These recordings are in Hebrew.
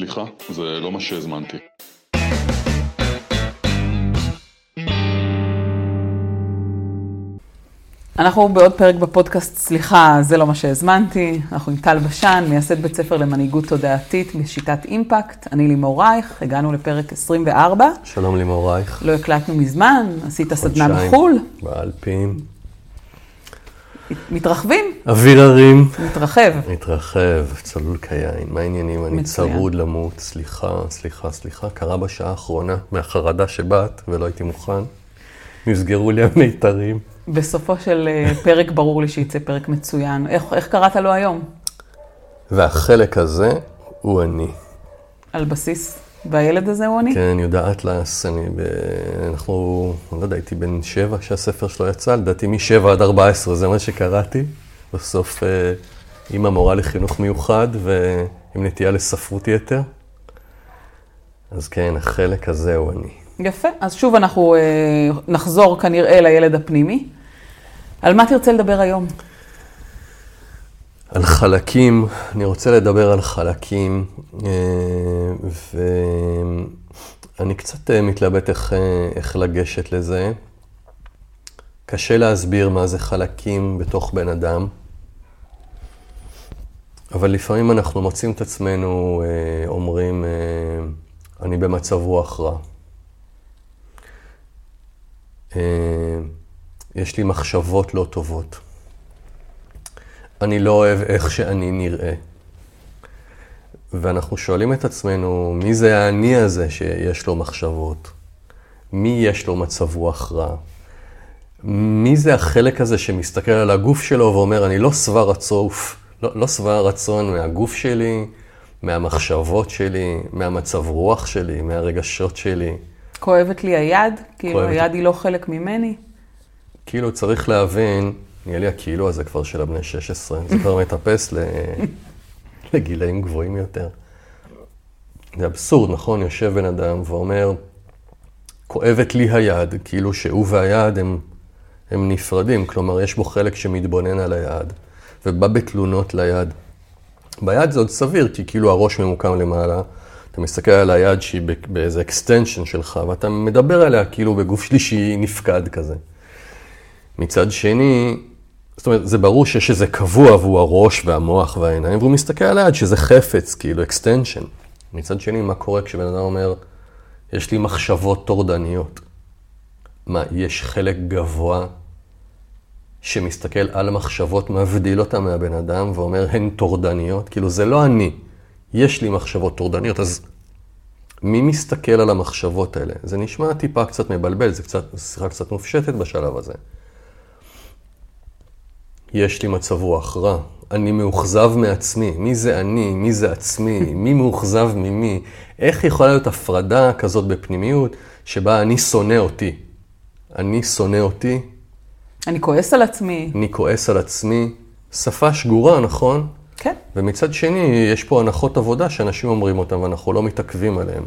סליחה, זה לא מה שהזמנתי. אנחנו בעוד פרק בפודקאסט, סליחה, זה לא מה שהזמנתי. אנחנו עם טל בשן, מייסד בית ספר למנהיגות תודעתית בשיטת אימפקט. אני לימור רייך, הגענו לפרק 24. שלום לימור רייך. לא הקלטנו מזמן, עשית סדנה בחול. באלפים. מתרחבים. אוויר הרים. מתרחב, צלול כיין. מה העניינים? אני צרוד למות, סליחה. קרה בשעה האחרונה, מהחרדה שבאת ולא הייתי מוכן. נסגרו לי המיתרים. בסופו של פרק ברור לי שיצא פרק מצוין. איך קראת לו היום? והחלק הזה הוא אני. על בסיס, והילד הזה הוא אני? כן, יהודה אטלס, אני לא יודע, הייתי בן 7 כשהספר שלו יצא, לדעתי מ-7 עד 14, זה מה שקראתי. בסוף אמא מורה לחינוך מיוחד ועם נטייה לספרות יתר. אז כן, החלק הזה הוא אני. יפה, אז שוב אנחנו נחזור כנראה לילד הפנימי. על מה תרצה לדבר היום? על חלקים, אני רוצה לדבר על חלקים, ואני קצת מתלבט איך לגשת לזה. קשה להסביר מה זה חלקים בתוך בן אדם, אבל לפעמים אנחנו מוצאים את עצמנו אומרים, אני במצב רוח רע. יש לי מחשבות לא טובות. אני לא אוהב איך שאני נראה. ואנחנו שואלים את עצמנו, מי זה האני הזה שיש לו מחשבות? מי יש לו מצב רוח רע? מי זה החלק הזה שמסתכל על הגוף שלו ואומר, אני לא שבע רצון מהגוף שלי, מהמחשבות שלי, מהמצב רוח שלי, מהרגשות שלי. כואבת לי היד? כאילו היד היא לא חלק ממני? כאילו צריך להבין, נהיה לי הכאילו הזה כבר של הבני 16, זה כבר מטפס לגילאים גבוהים יותר. זה אבסורד, נכון? יושב בן אדם ואומר, כואבת לי היד, כאילו שהוא והיד הם נפרדים, כלומר יש בו חלק שמתבונן על היד, ובא בתלונות ליד. ביד זה עוד סביר, כי כאילו הראש ממוקם למעלה, אתה מסתכל על היד שהיא באיזה extension שלך, ואתה מדבר עליה כאילו בגוף שלישי נפקד כזה. מצד שני, זאת אומרת, זה ברור שיש איזה קבוע והוא הראש והמוח והעיניים, והוא מסתכל על היד שזה חפץ, כאילו extension. מצד שני, מה קורה כשבן אדם אומר, יש לי מחשבות טורדניות? מה, יש חלק גבוה שמסתכל על המחשבות, מבדיל אותה מהבן אדם ואומר, הן טורדניות? כאילו, זה לא אני. יש לי מחשבות טורדניות, אז מי מסתכל על המחשבות האלה? זה נשמע טיפה קצת מבלבל, זה שיחה קצת מופשטת בשלב הזה. יש לי מצב רוח רע, אני מאוכזב מעצמי, מי זה אני, מי זה עצמי, מי מאוכזב ממי, איך יכולה להיות הפרדה כזאת בפנימיות שבה אני שונא אותי? אני שונא אותי. אני כועס על עצמי. אני כועס על עצמי. שפה שגורה, נכון? כן. ומצד שני, יש פה הנחות עבודה שאנשים אומרים אותם ואנחנו לא מתעכבים עליהם.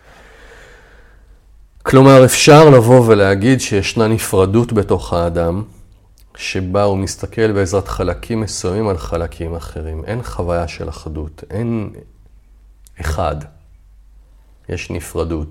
כלומר, אפשר לבוא ולהגיד שישנה נפרדות בתוך האדם, שבה הוא מסתכל בעזרת חלקים מסוימים על חלקים אחרים. אין חוויה של אחדות, אין אחד. יש נפרדות.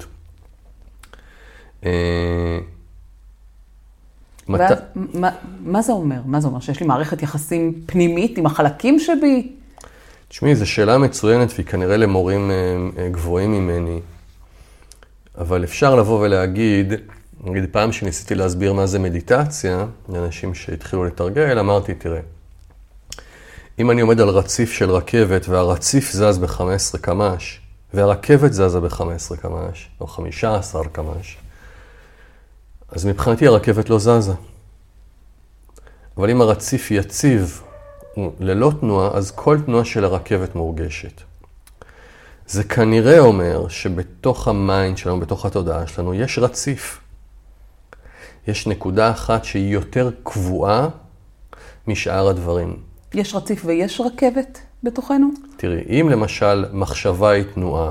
מה זה אומר? מה זה אומר? שיש לי מערכת יחסים פנימית עם החלקים שבי? תשמעי, זו שאלה מצוינת והיא כנראה למורים גבוהים ממני. אבל אפשר לבוא ולהגיד, נגיד פעם שניסיתי להסביר מה זה מדיטציה, לאנשים שהתחילו לתרגל, אמרתי, תראה, אם אני עומד על רציף של רכבת והרציף זז ב-15 קמ"ש, והרכבת זזה ב-15 קמ"ש, או 15 קמ"ש, אז מבחינתי הרכבת לא זזה. אבל אם הרציף יציב ללא תנועה, אז כל תנועה של הרכבת מורגשת. זה כנראה אומר שבתוך המיינד שלנו, בתוך התודעה שלנו, יש רציף. יש נקודה אחת שהיא יותר קבועה משאר הדברים. יש רציף ויש רכבת בתוכנו? תראי, אם למשל מחשבה היא תנועה,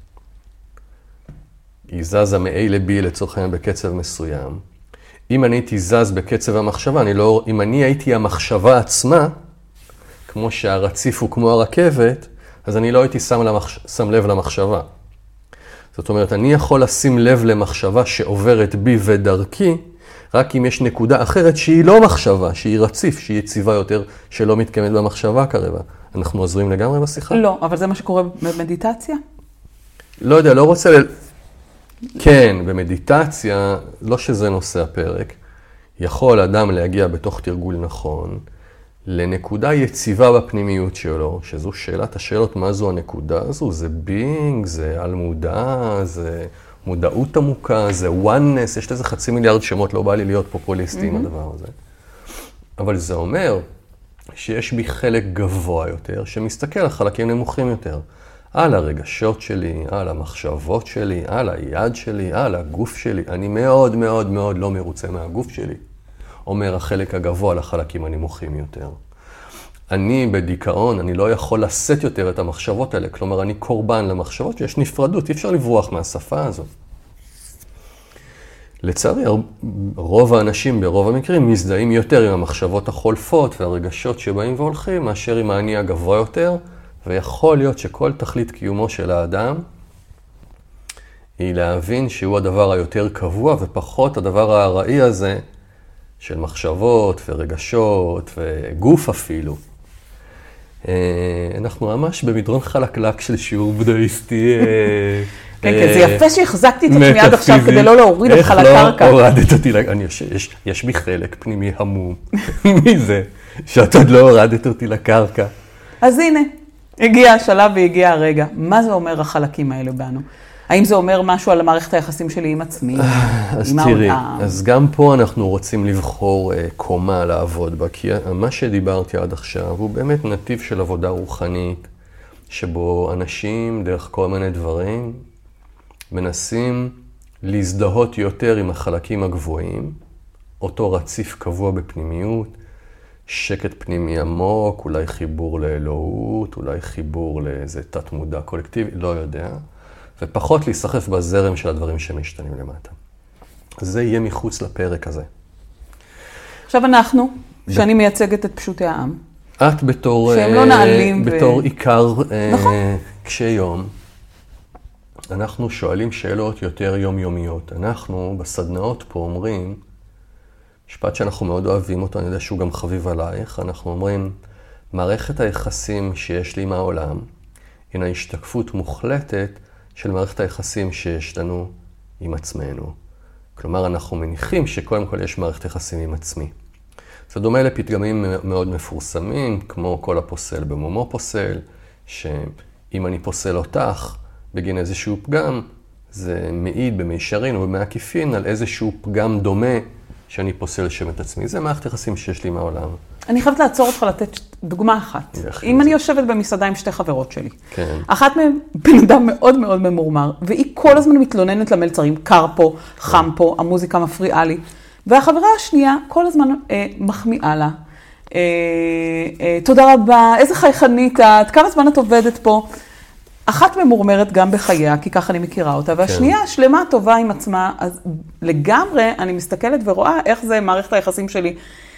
היא זזה מ-A ל-B לצורך העניין בקצב מסוים, אם אני הייתי זז בקצב המחשבה, אם אני הייתי המחשבה עצמה, כמו שהרציף הוא כמו הרכבת, אז אני לא הייתי שם לב למחשבה. זאת אומרת, אני יכול לשים לב למחשבה שעוברת בי ודרכי, רק אם יש נקודה אחרת שהיא לא מחשבה, שהיא רציף, שהיא יציבה יותר, שלא מתקיימת במחשבה כרגע. אנחנו עוזרים לגמרי בשיחה? לא, אבל זה מה שקורה במדיטציה? לא יודע, לא רוצה כן, במדיטציה, לא שזה נושא הפרק, יכול אדם להגיע בתוך תרגול נכון, לנקודה יציבה בפנימיות שלו, שזו שאלת השאלות, מה זו הנקודה הזו? זה בינג, זה על מודע, זה מודעות עמוקה, זה oneness, יש לזה 500 מיליארד שמות, לא בא לי להיות פופוליסטי עם הדבר הזה. אבל זה אומר שיש בי חלק גבוה יותר, שמסתכל על חלקים נמוכים יותר. על הרגשות שלי, על המחשבות שלי, על היד שלי, על הגוף שלי. אני מאוד מאוד מאוד לא מרוצה מהגוף שלי. אומר החלק הגבוה לחלקים הנמוכים יותר. אני בדיכאון, אני לא יכול לשאת יותר את המחשבות האלה. כלומר, אני קורבן למחשבות שיש נפרדות, אי אפשר לברוח מהשפה הזו. לצערי, רוב האנשים ברוב המקרים מזדהים יותר עם המחשבות החולפות והרגשות שבאים והולכים, מאשר עם האני הגבוה יותר, ויכול להיות שכל תכלית קיומו של האדם היא להבין שהוא הדבר היותר קבוע ופחות הדבר הארעי הזה של מחשבות ורגשות וגוף אפילו. אנחנו ממש במדרון חלקלק של שיעור בודהיסטי. כן, כן, זה יפה שהחזקתי את עצמי עד עכשיו כדי לא להוריד אותך לקרקע. איך לא הורדת אותי לקרקע? יש בי חלק פנימי המום מזה שאת עוד לא הורדת אותי לקרקע. אז הנה, הגיע השלב והגיע הרגע. מה זה אומר החלקים האלה בנו? האם זה אומר משהו על מערכת היחסים שלי עם עצמי? אז תראי, אז גם פה אנחנו רוצים לבחור קומה לעבוד בה, כי מה שדיברתי עד עכשיו הוא באמת נתיב של עבודה רוחנית, שבו אנשים דרך כל מיני דברים מנסים להזדהות יותר עם החלקים הגבוהים, אותו רציף קבוע בפנימיות, שקט פנימי עמוק, אולי חיבור לאלוהות, אולי חיבור לאיזה תת מודע קולקטיבי, לא יודע. ופחות להיסחף בזרם של הדברים שמשתנים למטה. זה יהיה מחוץ לפרק הזה. עכשיו אנחנו, שאני מייצגת את פשוטי העם. את בתור, שהם לא נעלים בתור עיקר נכון. קשי יום, אנחנו שואלים שאלות יותר יומיומיות. אנחנו בסדנאות פה אומרים, משפט שאנחנו מאוד אוהבים אותו, אני יודע שהוא גם חביב עלייך, אנחנו אומרים, מערכת היחסים שיש לי מהעולם, הנה השתקפות מוחלטת של מערכת היחסים שיש לנו עם עצמנו. כלומר, אנחנו מניחים שקודם כל יש מערכת יחסים עם עצמי. זה דומה לפתגמים מאוד מפורסמים, כמו כל הפוסל במומו פוסל, שאם אני פוסל אותך בגין איזשהו פגם, זה מעיד במישרין או במעקיפין על איזשהו פגם דומה שאני פוסל לשם את עצמי. זה מערכת יחסים שיש לי מהעולם. אני חייבת לעצור אותך לתת דוגמה אחת. אם אני יושבת במסעדה עם שתי חברות שלי, כן. אחת מהן בן אדם מאוד מאוד ממורמר, והיא כל הזמן מתלוננת למלצרים, קר פה, חם פה, המוזיקה מפריעה לי, והחברה השנייה כל הזמן מחמיאה לה. תודה רבה, איזה חייכנית את, כמה זמן את עובדת פה? אחת ממורמרת גם בחייה, כי ככה אני מכירה אותה, והשנייה שלמה טובה עם עצמה, אז לגמרי אני מסתכלת ורואה איך זה מערכת היחסים שלי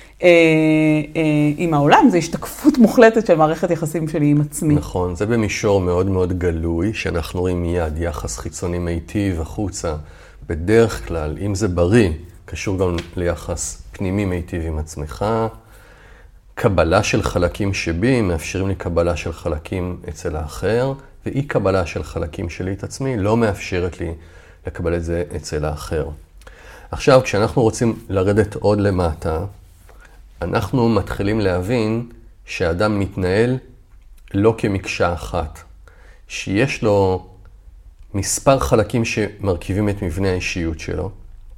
עם העולם, זה השתקפות מוחלטת של מערכת יחסים שלי עם עצמי. נכון, זה במישור מאוד מאוד גלוי, שאנחנו רואים מיד יחס חיצוני מיטיב החוצה, בדרך כלל, אם זה בריא, קשור גם ליחס פנימי מיטיב עם עצמך, קבלה של חלקים שבי, מאפשרים לי קבלה של חלקים אצל האחר, ואי קבלה של חלקים שלי את עצמי לא מאפשרת לי לקבל את זה אצל האחר. עכשיו, כשאנחנו רוצים לרדת עוד למטה, אנחנו מתחילים להבין שהאדם מתנהל לא כמקשה אחת, שיש לו מספר חלקים שמרכיבים את מבנה האישיות שלו,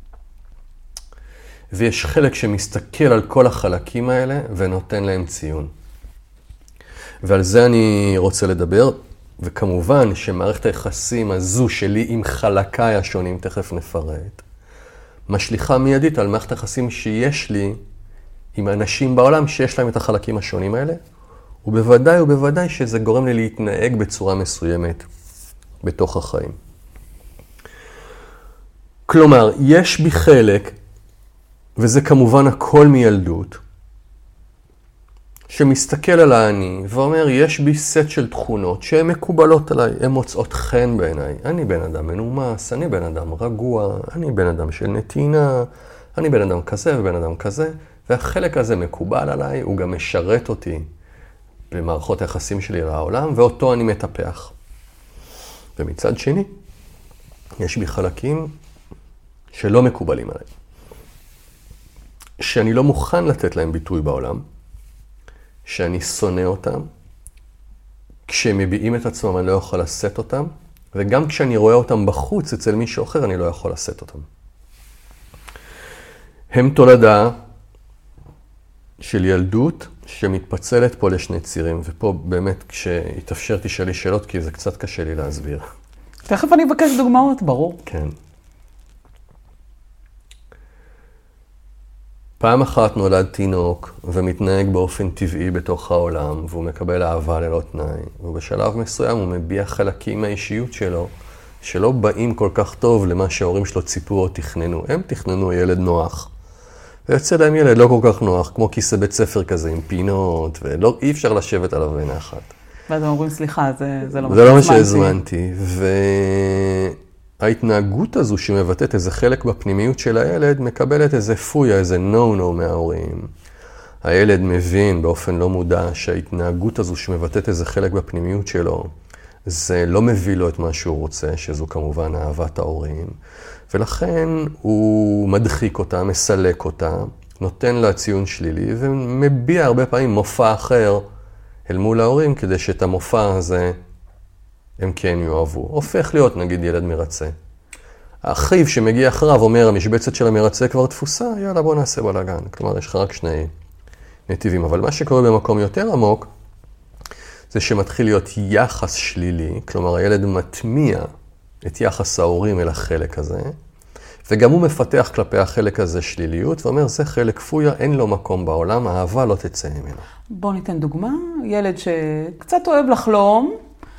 ויש חלק שמסתכל על כל החלקים האלה ונותן להם ציון. ועל זה אני רוצה לדבר, וכמובן שמערכת היחסים הזו שלי עם חלקיי השונים, תכף נפרט, משליחה מיידית על מערכת היחסים שיש לי עם אנשים בעולם שיש להם את החלקים השונים האלה, ובוודאי ובוודאי שזה גורם לי להתנהג בצורה מסוימת בתוך החיים. כלומר, יש בי חלק, וזה כמובן הכל מילדות, שמסתכל על האני ואומר, יש בי סט של תכונות שהן מקובלות עליי, הן מוצאות חן בעיניי. אני בן אדם מנומס, אני בן אדם רגוע, אני בן אדם של נתינה, אני בן אדם כזה ובן אדם כזה, והחלק הזה מקובל עליי, הוא גם משרת אותי במערכות היחסים שלי לעולם, ואותו אני מטפח. ומצד שני, יש בי חלקים שלא מקובלים עליי, שאני לא מוכן לתת להם ביטוי בעולם, שאני שונא אותם, כשהם מביעים את עצמם אני לא יכול לשאת אותם, וגם כשאני רואה אותם בחוץ אצל מישהו אחר אני לא יכול לשאת אותם. הם תולדה של ילדות שמתפצלת פה לשני צירים, ופה באמת כשהתאפשר תשאל לי שאלות, כי זה קצת קשה לי להסביר. תכף אני אבקש דוגמאות, ברור. כן. פעם אחת נולד תינוק ומתנהג באופן טבעי בתוך העולם, והוא מקבל אהבה ללא תנאי, ובשלב מסוים הוא מביע חלקים מהאישיות שלו, שלא באים כל כך טוב למה שההורים שלו ציפו או תכננו. הם תכננו ילד נוח, ויוצא להם ילד לא כל כך נוח, כמו כיסא בית ספר כזה עם פינות, ואי אפשר לשבת עליו בעינה אחת. ואז הם אומרים, סליחה, זה לא מה שהזמנתי. ההתנהגות הזו שמבטאת איזה חלק בפנימיות של הילד, מקבלת איזה פויה, איזה נו-נו מההורים. הילד מבין באופן לא מודע שההתנהגות הזו שמבטאת איזה חלק בפנימיות שלו, זה לא מביא לו את מה שהוא רוצה, שזו כמובן אהבת ההורים. ולכן הוא מדחיק אותה, מסלק אותה, נותן לה ציון שלילי, ומביע הרבה פעמים מופע אחר אל מול ההורים, כדי שאת המופע הזה הם כן יאהבו. הופך להיות, נגיד, ילד מרצה. האחיו שמגיע אחריו אומר, המשבצת של המרצה כבר תפוסה, יאללה בוא נעשה בלגן. כלומר, יש לך רק שני נתיבים. אבל מה שקורה במקום יותר עמוק, זה שמתחיל להיות יחס שלילי, כלומר, הילד מטמיע את יחס ההורים אל החלק הזה, וגם הוא מפתח כלפי החלק הזה שליליות, ואומר, זה חלק פויה, אין לו מקום בעולם, האהבה לא תצא ממנו. בוא ניתן דוגמה, ילד שקצת אוהב לחלום,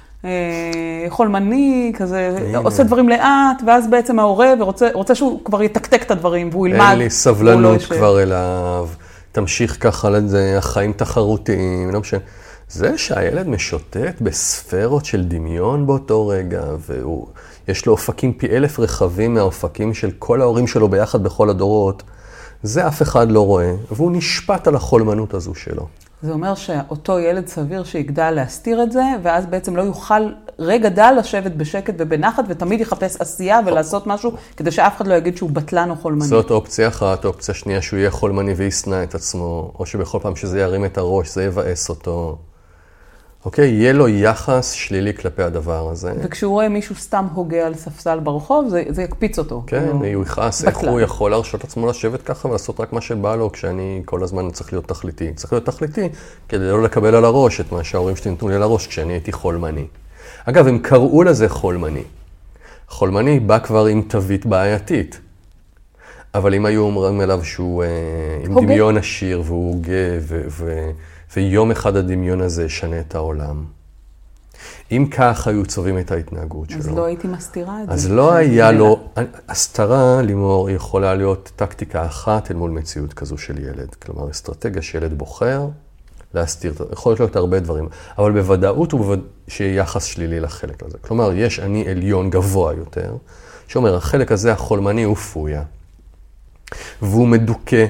חולמני, כזה, עושה דברים לאט, ואז בעצם ההורה ורוצה שהוא כבר יתקתק את הדברים, והוא ילמד. אין לי סבלנות כבר אליו, תמשיך ככה לזה, החיים תחרותיים, לא משנה. זה שהילד משוטט בספרות של דמיון באותו רגע, ויש לו אופקים פי 1000 רחבים מהאופקים של כל ההורים שלו ביחד בכל הדורות, זה אף אחד לא רואה, והוא נשפט על החולמנות הזו שלו. זה אומר שאותו ילד סביר שיגדל להסתיר את זה, ואז בעצם לא יוכל רגע דל לשבת בשקט ובנחת, ותמיד יחפש עשייה ולעשות משהו, כדי שאף אחד לא יגיד שהוא בטלן או חולמני. זאת אופציה אחת, אופציה שנייה שהוא יהיה חולמני ויסנע את עצמו, או שבכל פעם שזה ירים את הראש, זה יבאס אותו. אוקיי? יהיה לו יחס שלילי כלפי הדבר הזה. וכשהוא רואה מישהו סתם הוגה על ספסל ברחוב, זה יקפיץ אותו. כן, הוא יכעס איך הוא יכול להרשות עצמו לשבת ככה ולעשות רק מה שבא לו, כשאני כל הזמן צריך להיות תכליתי. צריך להיות תכליתי כדי לא לקבל על הראש את מה שההורים שלי נתנו לי על הראש כשאני הייתי חולמני. אגב, הם קראו לזה חולמני. חולמני בא כבר עם תווית בעייתית. אבל אם היו אומרים אליו שהוא עם דמיון עשיר והוא הוגה ויום אחד הדמיון הזה ישנה את העולם. אם כך היו צובעים את ההתנהגות שלו. אז לא הייתי מסתירה את זה. אז לא היה לו, הסתרה, לימור, יכולה להיות טקטיקה אחת אל מול מציאות כזו של ילד. כלומר, אסטרטגיה שילד בוחר להסתיר. יכול להיות הרבה דברים, אבל בוודאות הוא שיהיה יחס שלילי לחלק הזה. כלומר, יש אני עליון גבוה יותר, שאומר, החלק הזה החולמני הוא פויה, והוא מדוכא.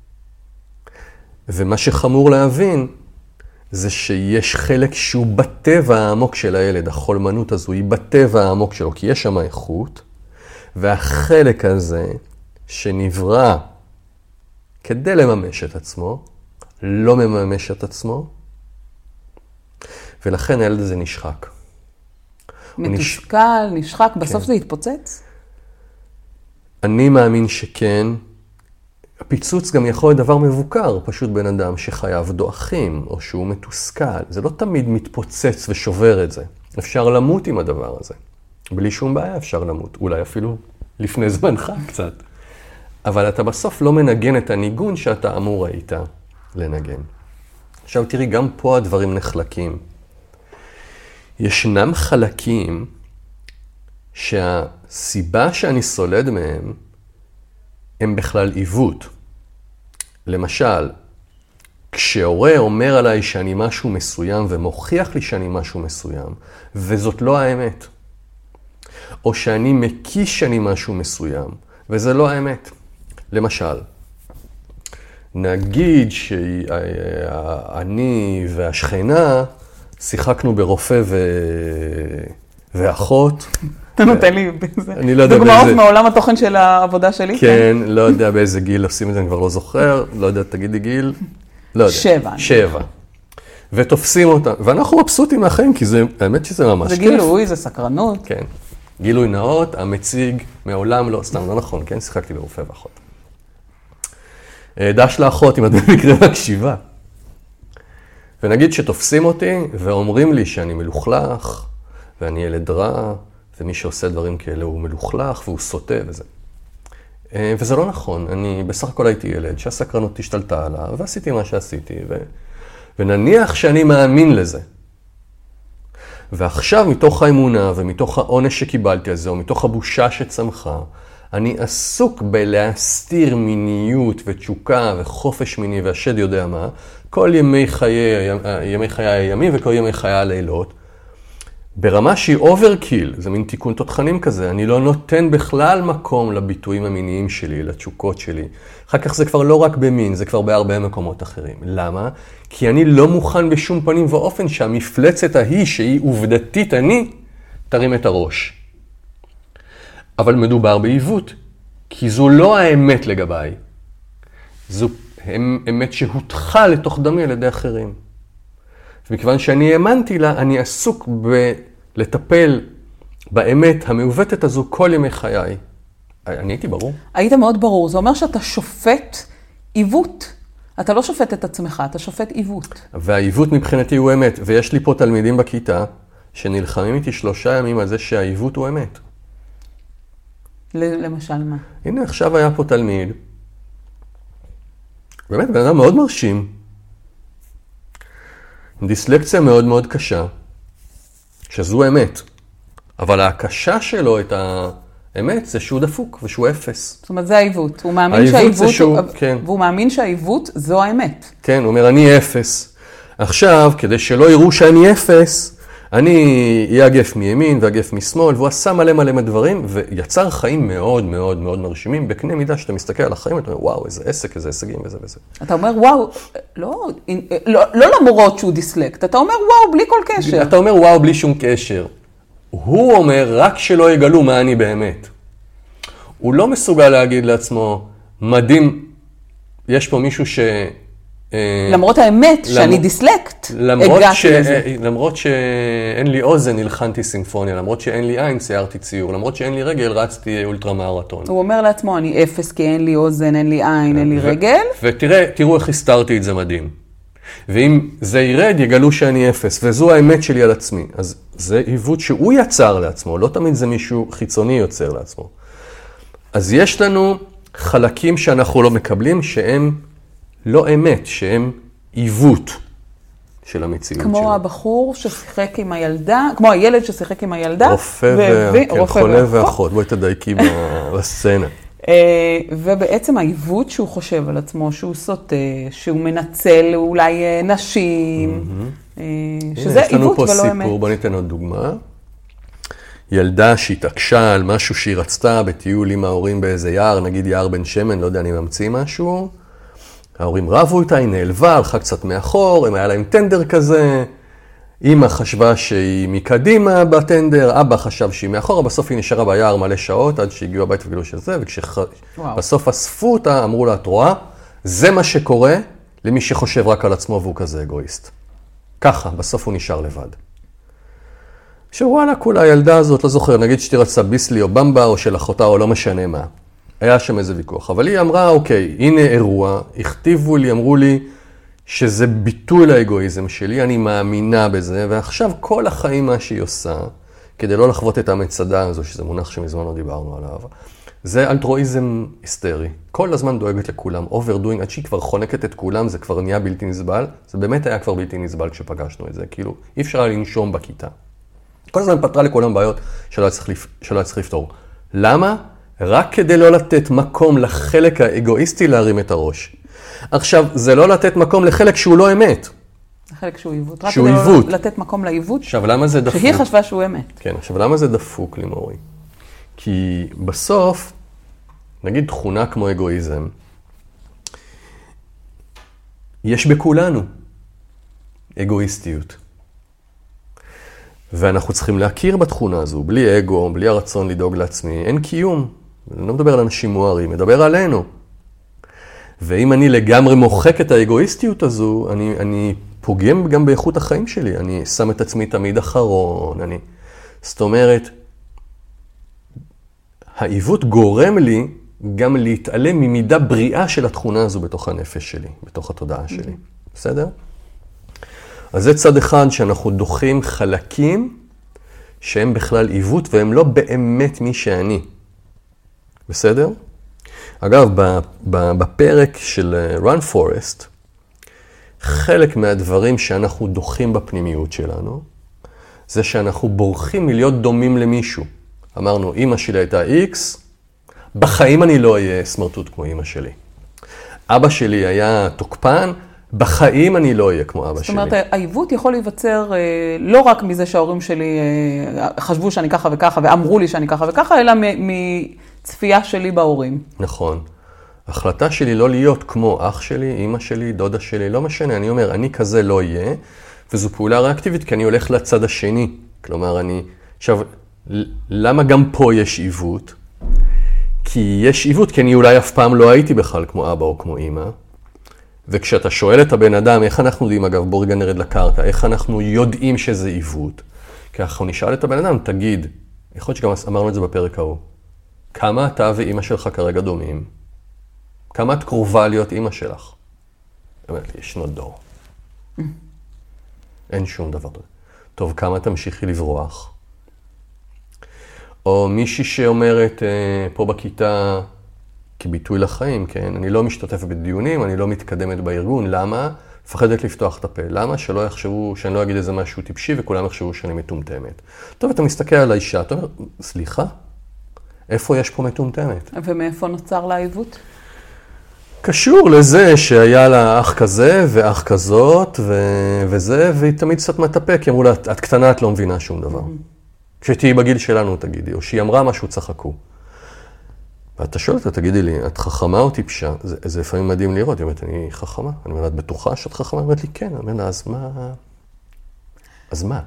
ומה שחמור להבין, זה שיש חלק שהוא בטבע העמוק של הילד, החולמנות הזו היא בטבע העמוק שלו, כי יש שם איכות, והחלק הזה שנברא כדי לממש את עצמו, לא מממש את עצמו, ולכן הילד הזה נשחק. מתוסכל, נשחק, בסוף זה יתפוצץ? אני מאמין שכן. הפיצוץ גם יכול להיות דבר מבוקר, פשוט בן אדם שחייו דועכים, או שהוא מתוסכל. זה לא תמיד מתפוצץ ושובר את זה. אפשר למות עם הדבר הזה. בלי שום בעיה אפשר למות. אולי אפילו לפני זמנך קצת. אבל אתה בסוף לא מנגן את הניגון שאתה אמור היית לנגן. עכשיו תראי, גם פה הדברים נחלקים. ישנם חלקים שהסיבה שאני סולד מהם, הם בכלל עיוות. למשל, כשהורה אומר עליי שאני משהו מסוים ומוכיח לי שאני משהו מסוים, וזאת לא האמת. או שאני מקיש שאני משהו מסוים, וזה לא האמת. למשל, נגיד שאני והשכנה שיחקנו ברופא ואחות. אתה נותן לי דוגמאות מעולם התוכן של העבודה שלי? כן, לא יודע באיזה גיל עושים את זה, אני כבר לא זוכר, לא יודע, תגידי גיל. לא יודע. 7. ותופסים אותם, ואנחנו מבסוטים מהחיים, כי האמת שזה ממש כיף. זה גילוי, זה סקרנות. כן. גילוי נאות, המציג מעולם לא, סתם לא נכון, כן? שיחקתי ברופא ואחות. דש לאחות, אם את במקרה מקשיבה. ונגיד שתופסים אותי ואומרים לי שאני מלוכלך, ואני ילד רע, ומי שעושה דברים כאלה הוא מלוכלך והוא סוטה וזה. וזה לא נכון, אני בסך הכל הייתי ילד שהסקרנות השתלטה עליו, ועשיתי מה שעשיתי, ונניח שאני מאמין לזה. ועכשיו מתוך האמונה ומתוך העונש שקיבלתי על זה, או מתוך הבושה שצמחה, אני עסוק בלהסתיר מיניות ותשוקה וחופש מיני והשד יודע מה, כל ימי חיי הימים וכל ימי חיי הלילות, ברמה שהיא אוברקיל, זה מין תיקון תותחנים כזה, אני לא נותן בכלל מקום לביטויים המיניים שלי, לתשוקות שלי. אחר כך זה כבר לא רק במין, זה כבר בהרבה מקומות אחרים. למה? כי אני לא מוכן בשום פנים ואופן שהמפלצת ההיא, שהיא עובדתית אני, תרים את הראש. אבל מדובר בעיוות, כי זו לא האמת לגביי. זו אמת שהותחה לתוך דמי על ידי אחרים. ומכיוון שאני האמנתי לה, אני עסוק בלטפל באמת המעוותת הזו כל ימי חיי. אני הייתי ברור. היית מאוד ברור. זה אומר שאתה שופט עיוות. אתה לא שופט את עצמך, אתה שופט עיוות. והעיוות מבחינתי הוא אמת. ויש לי פה תלמידים בכיתה שנלחמים איתי 3 ימים על זה שהעיוות הוא אמת. למשל מה? הנה עכשיו היה פה תלמיד. באמת בן אדם מאוד מרשים. עם דיסלקציה מאוד מאוד קשה, שזו אמת. אבל הקשה שלו את האמת זה שהוא דפוק ושהוא 0. זאת אומרת, זה העיוות. הוא מאמין כן. והוא מאמין שהעיוות זו האמת. כן, הוא אומר, אני 0. עכשיו, כדי שלא יראו שאני 0, אני אאגף מימין ואגף משמאל, והוא עשה מלא דברים, ויצר חיים מאוד מאוד מאוד מרשימים, בקנה מידה שאתה מסתכל על החיים, אתה אומר, וואו, איזה עסק, איזה הישגים, וזה וזה. אתה אומר, וואו, לא למרות שהוא דיסלקט, אתה אומר, וואו, בלי כל קשר. אתה אומר, וואו, בלי שום קשר. הוא אומר, רק שלא יגלו מה אני באמת. הוא לא מסוגל להגיד לעצמו, מדהים, יש פה מישהו למרות האמת שאני דיסלקט, הגעתי לזה. למרות שאין לי אוזן, הלחנתי סימפוניה, למרות שאין לי עין, ציירתי ציור, למרות שאין לי רגל, רצתי אולטרה מרתון. הוא אומר לעצמו, אני 0 כי אין לי אוזן, אין לי עין, אין לי רגל. ותראו איך הסתרתי את זה מדהים. ואם זה ירד, יגלו שאני 0, וזו האמת שלי על עצמי. אז זה עיוות שהוא יצר לעצמו, לא תמיד זה מישהו חיצוני יוצר לעצמו. אז יש לנו חלקים שאנחנו לא מקבלים, שהם לא אמת, שהם עיוות של המציאות שלו. כמו הבחור ששיחק עם הילדה, כמו הילד ששיחק עם הילדה. חולה ואחות, בואי תדייקי בסצנה. ובעצם העיוות שהוא חושב על עצמו, שהוא סוטה, שהוא מנצל אולי נשים, שזה עיוות ולא אמת. יש לנו פה סיפור, בוא ניתן עוד דוגמה. ילדה שהתעקשה על משהו שהיא רצתה בטיול עם ההורים באיזה יער, נגיד יער בן שמן, לא יודע, אני ממציא משהו. ההורים רבו איתה, היא נעלבה, הלכה קצת מאחור, היה להם טנדר כזה, אמא חשבה שהיא מקדימה בטנדר, אבא חשב שהיא מאחורה, בסוף היא נשארה ביער מלא שעות, עד שהגיעו הבית וגילו שזה, וכשבסוף אספו אותה, אמרו לה, את רואה, זה מה שקורה למי שחושב רק על עצמו והוא כזה אגואיסט. ככה, בסוף הוא נשאר לבד. שוואלה, כולה הילדה הזאת, לא זוכר, נגיד שתרצה ביסלי או במבה או של אחותה או לא משנה מה. היה שם איזה ויכוח, אבל היא אמרה, אוקיי, הנה אירוע, הכתיבו לי, אמרו לי שזה ביטוי לאגואיזם שלי, אני מאמינה בזה, ועכשיו כל החיים מה שהיא עושה, כדי לא לחוות את המצדה הזו, שזה מונח שמזמן לא דיברנו עליו, זה אלטרואיזם היסטרי. כל הזמן דואגת לכולם, overdoing, עד שהיא כבר חונקת את כולם, זה כבר נהיה בלתי נסבל, זה באמת היה כבר בלתי נסבל כשפגשנו את זה, כאילו, אי אפשר היה לנשום בכיתה. כל הזמן פתרה לכולם בעיות שלא היה צריך לפתור. למה? רק כדי לא לתת מקום לחלק האגואיסטי להרים את הראש. עכשיו, זה לא לתת מקום לחלק שהוא לא אמת. חלק שהוא עיוות. שהוא רק עיוות. כדי לתת מקום לעיוות. עכשיו, למה זה דפוק? שהיא חשבה שהוא אמת. כן, עכשיו, למה זה דפוק, לימורי? כי בסוף, נגיד תכונה כמו אגואיזם, יש בכולנו אגואיסטיות. ואנחנו צריכים להכיר בתכונה הזו, בלי אגו, בלי הרצון לדאוג לעצמי, אין קיום. אני לא מדבר על אנשים מוארים, מדבר עלינו. ואם אני לגמרי מוחק את האגואיסטיות הזו, אני פוגם גם באיכות החיים שלי. אני שם את עצמי תמיד אחרון. זאת אומרת, העיוות גורם לי גם להתעלם ממידה בריאה של התכונה הזו בתוך הנפש שלי, בתוך התודעה שלי. בסדר? אז זה צד אחד שאנחנו דוחים חלקים שהם בכלל עיוות והם לא באמת מי שאני. בסדר? אגב, בפרק של Run Forest, חלק מהדברים שאנחנו דוחים בפנימיות שלנו, זה שאנחנו בורחים מלהיות דומים למישהו. אמרנו, אמא שלי הייתה X, בחיים אני לא אהיה סמרטוט כמו אמא שלי. אבא שלי היה תוקפן, בחיים אני לא אהיה כמו אבא שלי. זאת אומרת, העיוות יכול להיווצר לא רק מזה שההורים שלי חשבו שאני ככה וככה, ואמרו לי שאני ככה וככה, אלא מצפייה שלי בהורים. נכון. החלטה שלי לא להיות כמו אח שלי, אמא שלי, דודה שלי, לא משנה. אני אומר, אני כזה לא אהיה, וזו פעולה ריאקטיבית, כי אני הולך לצד השני. כלומר, עכשיו, למה גם פה יש עיוות? כי יש עיוות, כי אני אולי אף פעם לא הייתי בכלל כמו אבא או כמו אמא. וכשאתה שואל את הבן אדם, איך אנחנו יודעים, אגב, בוא רגע נרד לקרקע, איך אנחנו יודעים שזה עיוות? כי אנחנו נשאל את הבן אדם, תגיד, יכול להיות שגם אמרנו את זה בפרק ההוא, כמה אתה ואמא שלך כרגע דומים? כמה את קרובה להיות אמא שלך? אומרת לי, ישנו דור. אין שום דבר. טוב, כמה תמשיכי לברוח? או מישהי שאומרת פה בכיתה, כביטוי לחיים, כן? אני לא משתתף בדיונים, אני לא מתקדמת בארגון. למה? מפחדת לפתוח את הפה. למה? שלא יחשבו, שאני לא אגיד איזה משהו טיפשי, וכולם יחשבו שאני מטומטמת. טוב, אתה מסתכל על האישה, אתה אומר, סליחה? איפה יש פה מטומטמת? ומאיפה נוצר לעיוות? קשור לזה שהיה לה אח כזה ואח כזאת וזה, והיא תמיד קצת מטפק, כי אמרו לה, את קטנה, את לא מבינה שום דבר. כשתהיי בגיל שלנו, תגידי, או שהיא אמרה משהו, צחקו. ואתה שואל אותה, תגידי לי, את חכמה או טיפשה? זה לפעמים מדהים לראות, היא אומרת, אני חכמה. אני אומרת, את בטוחה שאת חכמה? היא אומרת לי, כן. אני אומרת לה, אז מה?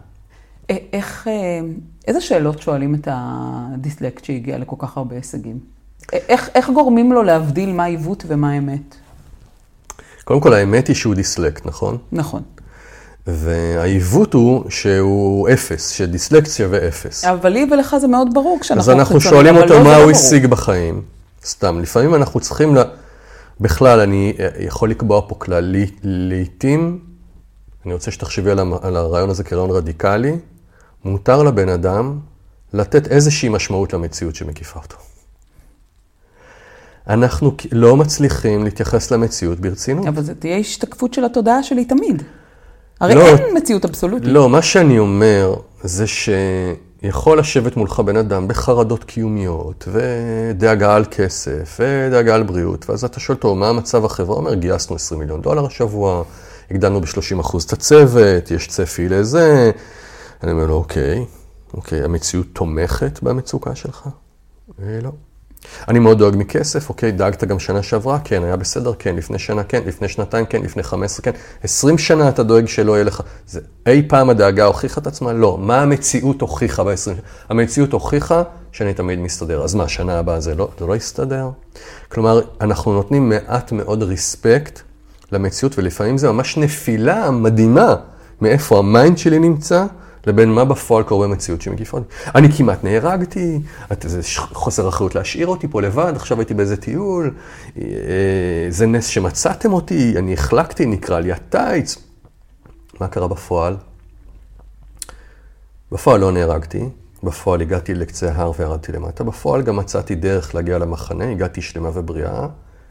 איזה שאלות שואלים את הדיסלקט שהגיע לכל כך הרבה הישגים? איך גורמים לו להבדיל מה עיוות ומה אמת? קודם כל, האמת היא שהוא דיסלקט, נכון? נכון. והעיוות הוא שהוא אפס, שדיסלקציה ואפס. אבל לי ולך זה מאוד ברור כשאנחנו אז אנחנו שואלים אותו מה הוא השיג בחיים. סתם, לפעמים אנחנו צריכים, בכלל, אני יכול לקבוע פה כלל, לעתים, אני רוצה שתחשבי על הרעיון הזה כרעיון רדיקלי, מותר לבן אדם לתת איזושהי משמעות למציאות שמקיפה אותו. אנחנו לא מצליחים להתייחס למציאות ברצינות. אבל זה תהיה השתקפות של התודעה שלי תמיד. הרי אין מציאות אבסולוטית. לא, מה שאני אומר זה שיכול לשבת מולך בן אדם בחרדות קיומיות, ודאגה על כסף, ודאגה על בריאות, ואז אתה שואל אותו, מה המצב החברה? אומר, גייסנו $20 מיליון השבוע, הגדלנו ב-30% את הצוות, יש צפי לזה. אני אומר לו, אוקיי, המציאות תומכת במצוקה שלך? לא. אני מאוד דואג מכסף, דאגת גם שנה שעברה? כן, היה בסדר? כן, לפני שנה? כן, לפני שנתיים? כן, לפני 15? כן. 20 שנה אתה דואג שלא יהיה לך. זה אי פעם הדאגה הוכיחה את עצמה? לא. מה המציאות הוכיחה ב-20 שנה? המציאות הוכיחה שאני תמיד מסתדר. אז מה, שנה הבאה זה לא יסתדר? כלומר, אנחנו נותנים מעט מאוד ריספקט למציאות, ולפעמים זה ממש נפילה מדהימה מאיפה המיינד שלי נמצא, לבין מה בפועל קורה במציאות שמקיפה אותי. אני כמעט נהרגתי, זה חוסר אחריות להשאיר אותי פה לבד, עכשיו הייתי באיזה טיול, זה נס שמצאתם אותי, אני החלקתי, נקרא לי הטייץ. מה קרה בפועל? בפועל לא נהרגתי, בפועל הגעתי לקצה ההר וירדתי למטה, בפועל גם מצאתי דרך להגיע למחנה, הגעתי שלמה ובריאה.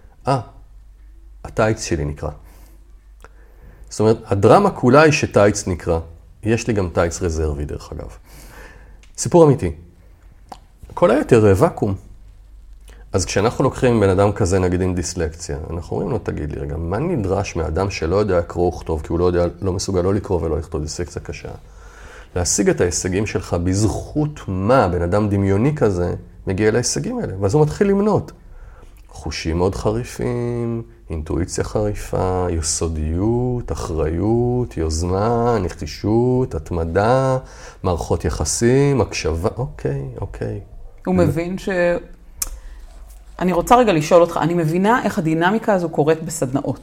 הטייץ שלי נקרא. זאת אומרת, הדרמה כולה היא שטייץ נקרא. יש לי גם טייץ רזרבי, דרך אגב. סיפור אמיתי. כל היתר ואקום. אז כשאנחנו לוקחים בן אדם כזה, נגיד עם דיסלקציה, אנחנו אומרים לו, תגיד לי רגע, מה נדרש מאדם שלא יודע קרוא וכתוב, כי הוא לא מסוגל לא לקרוא ולא לכתוב, דיסלקציה קשה, להשיג את ההישגים שלך בזכות מה בן אדם דמיוני כזה מגיע להישגים האלה, ואז הוא מתחיל למנות. חושים מאוד חריפים, אינטואיציה חריפה, יסודיות, אחריות, יוזמה, נחישות, התמדה, מערכות יחסים, הקשבה, אוקיי. הוא מבין אני רוצה רגע לשאול אותך, אני מבינה איך הדינמיקה הזו קורית בסדנאות.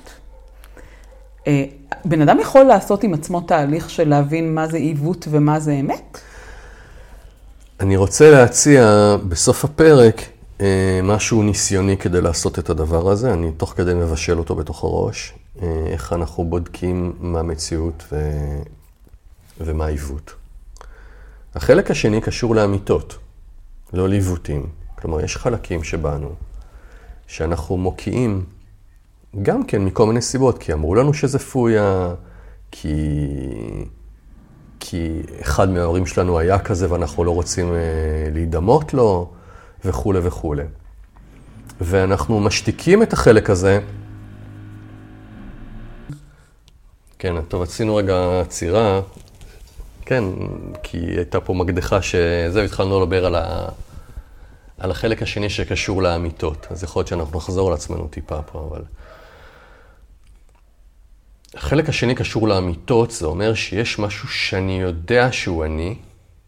בן אדם יכול לעשות עם עצמו תהליך של להבין מה זה עיוות ומה זה אמת? אני רוצה להציע בסוף הפרק משהו ניסיוני כדי לעשות את הדבר הזה. אני תוך כדי מבשל אותו בתוך הראש, איך אנחנו בודקים מה המציאות ומה העיוות. החלק השני קשור לאמיתות, לא לעיוותים. כלומר, יש חלקים שבאנו, שאנחנו מוקיעים, גם כן מכל מיני סיבות, כי אמרו לנו שזה פויה, כי אחד מההורים שלנו היה כזה ואנחנו לא רוצים להידמות לו, וכו' וכו'. ואנחנו משתיקים את החלק הזה. כן, טוב, עשינו רגע עצירה. כן, כי הייתה פה מקדחה שזה, והתחלנו לדבר על החלק השני שקשור לאמיתות. אז יכול להיות שאנחנו נחזור לעצמנו טיפה פה, אבל... החלק השני קשור לאמיתות, זה אומר שיש משהו שאני יודע שהוא אני,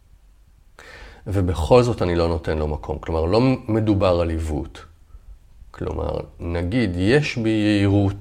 ובכל זאת אני לא נותן לו מקום. כלומר, לא מדובר על עיוות. כלומר, נגיד, יש בי יהירות.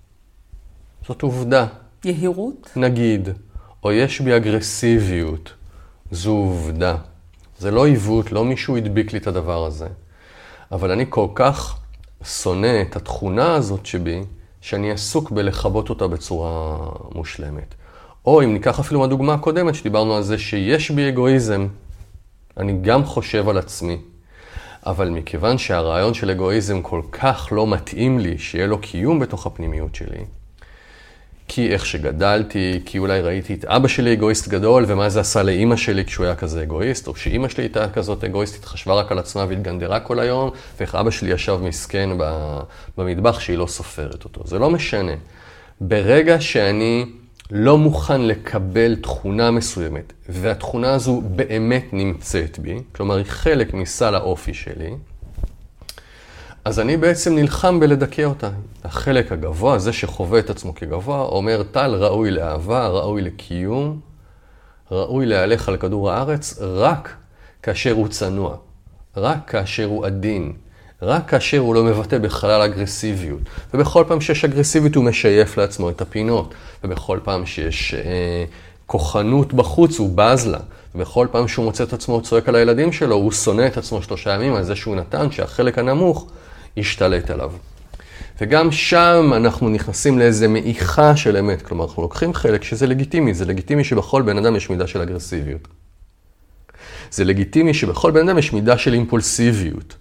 זאת עובדה. יהירות? נגיד. או יש בי אגרסיביות. זו עובדה. זה לא עיוות, לא מישהו הדביק לי את הדבר הזה. אבל אני כל כך שונא את התכונה הזאת שבי, שאני עסוק בלחבות אותה בצורה מושלמת. או אם ניקח אפילו מהדוגמה הקודמת שדיברנו על זה שיש בי אגואיזם, אני גם חושב על עצמי. אבל מכיוון שהרעיון של אגואיזם כל כך לא מתאים לי, שיהיה לו קיום בתוך הפנימיות שלי, כי איך שגדלתי, כי אולי ראיתי את אבא שלי אגואיסט גדול, ומה זה עשה לאמא שלי כשהוא היה כזה אגואיסט, או שאמא שלי הייתה כזאת אגואיסטית, חשבה רק על עצמה והתגנדרה כל היום, ואיך אבא שלי ישב מסכן במטבח שהיא לא סופרת אותו. זה לא משנה. ברגע שאני לא מוכן לקבל תכונה מסוימת, והתכונה הזו באמת נמצאת בי, כלומר היא חלק מסל האופי שלי, אז אני בעצם נלחם בלדכא אותה. החלק הגבוה, זה שחווה את עצמו כגבוה, אומר, טל ראוי לאהבה, ראוי לקיום, ראוי להלך על כדור הארץ, רק כאשר הוא צנוע, רק כאשר הוא עדין, רק כאשר הוא לא מבטא בכלל אגרסיביות. ובכל פעם שיש אגרסיביות הוא משייף לעצמו את הפינות, ובכל פעם שיש כוחנות בחוץ הוא בז לה, ובכל פעם שהוא מוצא את עצמו צועק על הילדים שלו, הוא שונא את עצמו 3 ימים על זה שהוא נתן, שהחלק הנמוך ישתלט עליו. וגם שם אנחנו נכנסים לאיזה מעיכה של אמת. כלומר, אנחנו לוקחים חלק שזה לגיטימי. זה לגיטימי שבכל בן אדם יש מידה של אגרסיביות. זה לגיטימי שבכל בן אדם יש מידה של אימפולסיביות.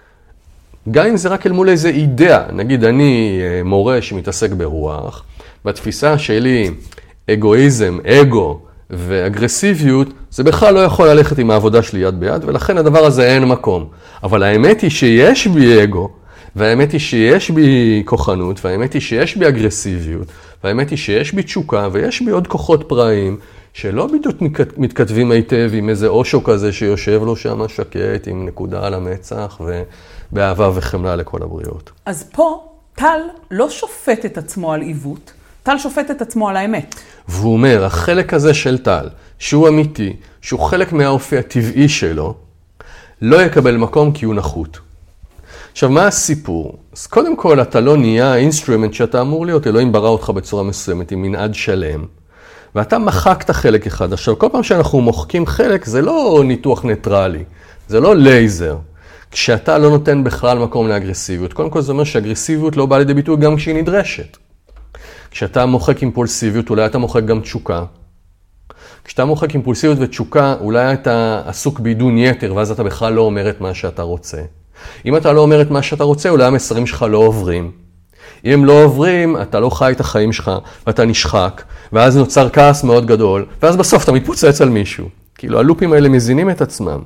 גם אם זה רק אל מול איזה אידאה. נגיד, אני מורה שמתעסק ברוח, והתפיסה שלי אגואיזם, אגו ואגרסיביות, זה בכלל לא יכול ללכת עם העבודה שלי יד ביד, ולכן הדבר הזה אין מקום. אבל האמת היא שיש בי אגו, והאמת היא שיש בי כוחנות, והאמת היא שיש בי אגרסיביות, והאמת היא שיש בי תשוקה, ויש בי עוד כוחות פראיים, שלא בדיוק מתכתבים היטב עם איזה אושו כזה שיושב לו שם שקט, עם נקודה על המצח, ובאהבה וחמלה לכל הבריות. אז פה טל לא שופט את עצמו על עיוות, טל שופט את עצמו על האמת. והוא אומר, החלק הזה של טל, שהוא אמיתי, שהוא חלק מהאופי הטבעי שלו, לא יקבל מקום כי הוא נחות. עכשיו, מה הסיפור? אז קודם כל, אתה לא נהיה האינסטרומנט שאתה אמור להיות, אלוהים ברא אותך בצורה מסוימת עם מנעד שלם, ואתה מחקת חלק אחד. עכשיו, כל פעם שאנחנו מוחקים חלק, זה לא ניתוח ניטרלי, זה לא לייזר. כשאתה לא נותן בכלל מקום לאגרסיביות, קודם כל זה אומר שאגרסיביות לא באה לידי ביטוי גם כשהיא נדרשת. כשאתה מוחק אימפולסיביות, אולי אתה מוחק גם תשוקה. כשאתה מוחק אימפולסיביות ותשוקה, אולי אתה עסוק בעידון יתר, ואז אתה בכלל לא אומר את מה שאתה רוצה. אם אתה לא אומר את מה שאתה רוצה, אולי המסרים שלך לא עוברים. אם הם לא עוברים, אתה לא חי את החיים שלך, ואתה נשחק, ואז נוצר כעס מאוד גדול, ואז בסוף אתה מתפוצץ על מישהו. כאילו, הלופים האלה מזינים את עצמם.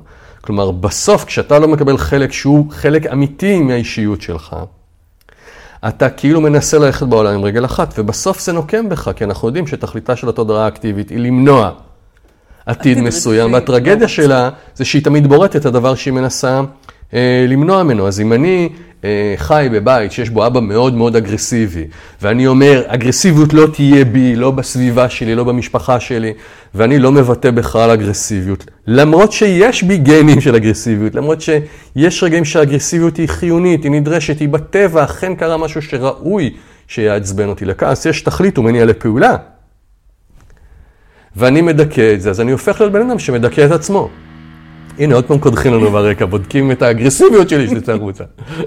כלומר, בסוף, כשאתה לא מקבל חלק שהוא חלק אמיתי מהאישיות שלך, אתה כאילו מנסה ללכת בעולם עם רגל אחת, ובסוף זה נוקם בך, כי אנחנו יודעים שתכליתה של התודעה האקטיבית היא למנוע עתיד מסוים, והטרגדיה שלה זה שהיא תמיד בורטת את הדבר שהיא מנסה למנוע ממנו. אז אם אני חי בבית שיש בו אבא מאוד מאוד אגרסיבי, ואני אומר, אגרסיביות לא תהיה בי, לא בסביבה שלי, לא במשפחה שלי, ואני לא מבטא בכלל אגרסיביות, למרות שיש בי גנים של אגרסיביות, למרות שיש רגעים שהאגרסיביות היא חיונית, היא נדרשת, היא בטבע, אכן קרה משהו שראוי שיעצבן אותי לכעס, יש תכלית ומניע לפעולה. ואני מדכא את זה, אז אני הופך להיות בן אדם שמדכא את עצמו. הנה, עוד פעם קודחים לנו ברקע, בודקים את האגרסיביות שלי שתצא החוצה.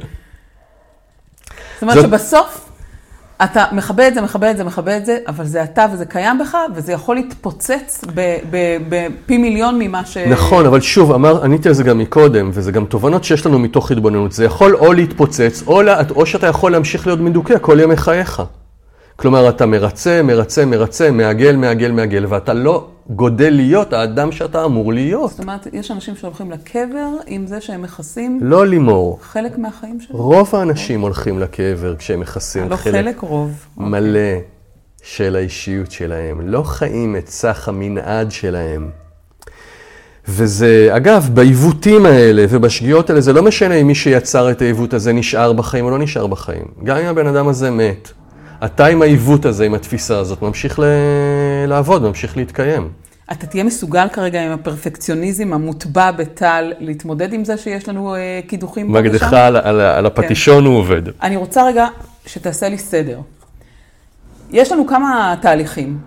זאת אומרת שבסוף אתה מכבה את זה, אבל זה אתה וזה קיים בך, וזה יכול להתפוצץ בפי מיליון ממה ש... נכון, אבל שוב, עניתי על זה גם מקודם, וזה גם תובנות שיש לנו מתוך התבוננות. זה יכול או להתפוצץ, או שאתה יכול להמשיך להיות מדוכא כל ימי חייך. כלומר, אתה מרצה, מעגל, ואתה לא גודל להיות האדם שאתה אמור להיות. זאת אומרת, יש אנשים שהולכים לקבר עם זה שהם מכסים... לא לימור. חלק מהחיים שלהם? רוב האנשים הולכים לקבר כשהם מכסים חלק רוב. מלא של האישיות שלהם. לא חיים את סך המנעד שלהם. וזה, אגב, בעיוותים האלה ובשגיאות האלה, זה לא משנה אם מי שיצר את העיוות הזה נשאר בחיים או לא נשאר בחיים. גם אם הבן אדם הזה מת. אתה עם העיוות הזה, עם התפיסה הזאת, ממשיך לעבוד, ממשיך להתקיים. אתה תהיה מסוגל כרגע עם הפרפקציוניזם המוטבע בטל, להתמודד עם זה שיש לנו קידוחים פה ושם? מגדך על הפטישון הוא עובד. אני רוצה רגע שתעשה לי סדר. יש לנו כמה תהליכים.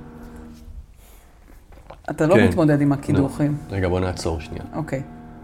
אתה לא מתמודד עם הקידוחים. רגע, בוא נעצור שנייה. אוקיי.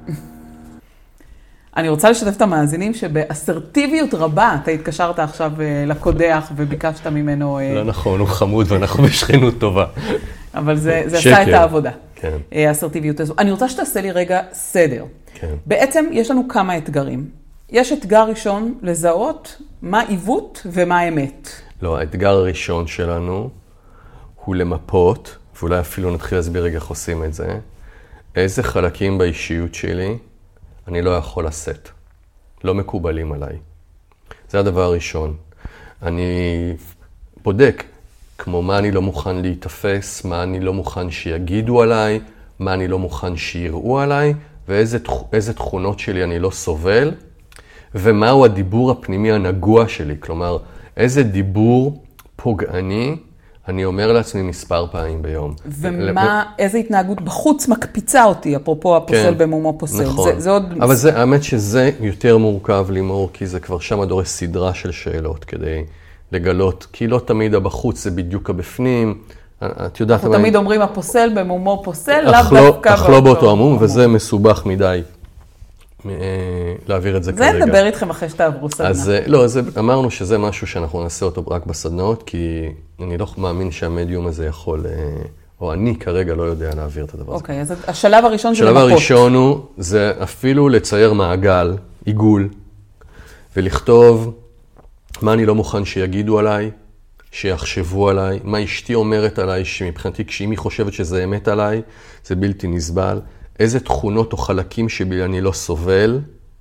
אני רוצה לשתף את המאזינים שבאסרטיביות רבה אתה התקשרת עכשיו לקודח וביקשת ממנו... לא נכון, הוא חמוד ואנחנו בשכנות טובה. אבל זה עשה את העבודה. כן. האסרטיביות הזו. אני רוצה שתעשה לי רגע סדר. כן. בעצם יש לנו כמה אתגרים. יש אתגר ראשון לזהות מה עיוות ומה אמת. לא, האתגר הראשון שלנו הוא למפות, ואולי אפילו נתחיל להסביר רגע איך עושים את זה, איזה חלקים באישיות שלי אני לא יכול לשאת. לא מקובלים עליי. זה הדבר הראשון. אני בודק כמו מה אני לא מוכן להתאפס, מה אני לא מוכן שיגידו עליי, מה אני לא מוכן שיראו עליי, ואיזה תכונות שלי אני לא סובל, ומהו הדיבור הפנימי הנגוע שלי. כלומר, איזה דיבור פוגעני אני אומר לעצמי מספר פעמים ביום. איזה התנהגות בחוץ מקפיצה אותי, אפרופו הפוסל במומו פוסל. נכון. זה עוד... אבל האמת שזה יותר מורכב לימור, כי זה כבר שם דורש סדרה של שאלות כדי לגלות, כי לא תמיד הבחוץ זה בדיוק הבפנים. את יודעת... אנחנו תמיד אומרים הפוסל במומו פוסל, לאו דווקא... אך לא באותו עמום, וזה מסובך מדי. להעביר את זה כרגע. זה נדבר איתכם אחרי שתעברו סדנה. אז לא, אמרנו שזה משהו שאנחנו נעשה אותו רק בסדנאות, כי אני לא מאמין שהמדיום הזה יכול, או אני כרגע לא יודע להעביר את הדבר הזה. אוקיי, אז השלב הראשון זה למפות. השלב הראשון הוא, זה אפילו לצייר מעגל, עיגול, ולכתוב מה אני לא מוכן שיגידו עליי, שיחשבו עליי, מה אשתי אומרת עליי, שמבחינתי כשאם היא חושבת שזה אמת עליי, זה בלתי נסבל. איזה תכונות או חלקים שבי אני לא סובל.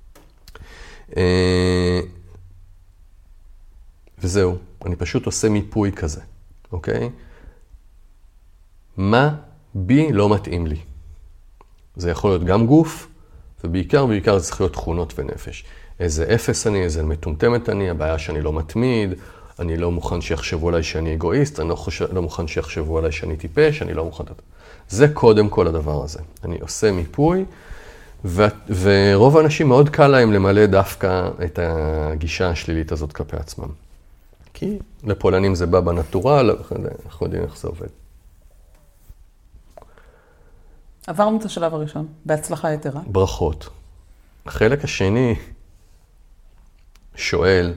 וזהו, אני פשוט עושה מיפוי כזה, אוקיי? מה בי לא מתאים לי? זה יכול להיות גם גוף, ובעיקר זה צריך להיות תכונות ונפש. איזה אפס אני, איזה מטומטמת אני, הבעיה שאני לא מתמיד, אני לא מוכן שיחשבו עליי שאני אגואיסט, אני לא מוכן שיחשבו עליי שאני טיפש, אני לא מוכן... זה קודם כל הדבר הזה. אני עושה מיפוי, ורוב האנשים מאוד קל להם למלא דווקא את הגישה השלילית הזאת כלפי עצמם. כי לפולנים זה בא בנטורל, אנחנו יודעים איך זה עובד. עברנו את השלב הראשון, בהצלחה יתרה. ברכות. החלק השני שואל,